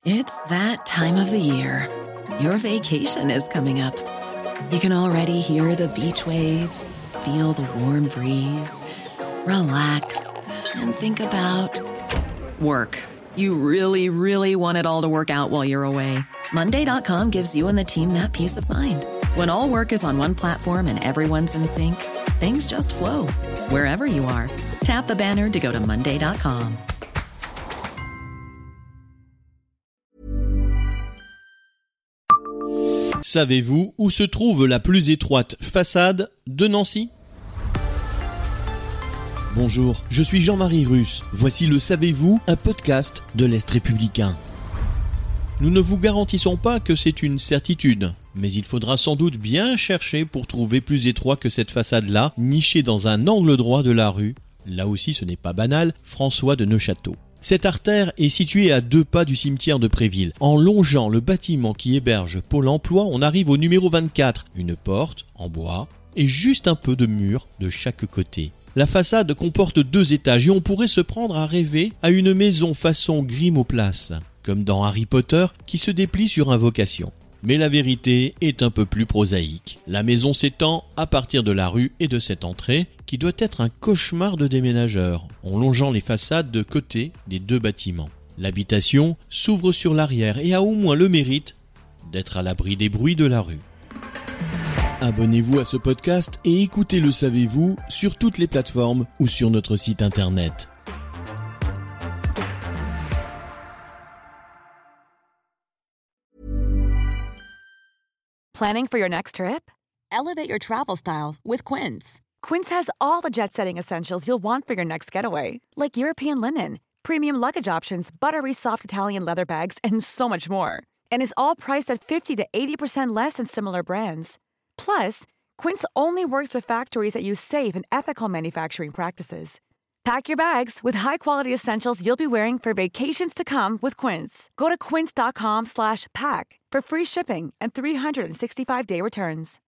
It's that time of the year. Your vacation is coming up. You can already hear the beach waves, feel the warm breeze, relax, and think about work. You really, really want it all to work out while you're away. Monday.com gives you and the team that peace of mind. When all work is on one platform and everyone's in sync, things just flow. Wherever you are, tap the banner to go to Monday.com. Savez-vous où se trouve la plus étroite façade de Nancy ? Bonjour, je suis Jean-Marie Russe. Voici le Savez-vous, un podcast de l'Est républicain. Nous ne vous garantissons pas que c'est une certitude, mais il faudra sans doute bien chercher pour trouver plus étroit que cette façade-là, nichée dans un angle droit de la rue, là aussi ce n'est pas banal, François de Neufchâteau. Cette artère est située à 2 pas du cimetière de Préville. En longeant le bâtiment qui héberge Pôle emploi, on arrive au numéro 24, une porte en bois et juste un peu de mur de chaque côté. La façade comporte 2 étages et on pourrait se prendre à rêver à une maison façon Grimm aux Places, comme dans Harry Potter qui se déplie sur invocation. Mais la vérité est un peu plus prosaïque. La maison s'étend à partir de la rue et de cette entrée qui doit être un cauchemar de déménageurs, en longeant les façades de côté des 2 bâtiments. L'habitation s'ouvre sur l'arrière et a au moins le mérite d'être à l'abri des bruits de la rue. Abonnez-vous à ce podcast et écoutez Le Savez-vous sur toutes les plateformes ou sur notre site internet. Planning for your next trip? Elevate your travel style with Quince. Quince has all the jet-setting essentials you'll want for your next getaway, like European linen, premium luggage options, buttery soft Italian leather bags, and so much more. And is all priced at 50 to 80% less than similar brands. Plus, Quince only works with factories that use safe and ethical manufacturing practices. Pack your bags with high-quality essentials you'll be wearing for vacations to come with Quince. Go to quince.com/pack for free shipping and 365-day returns.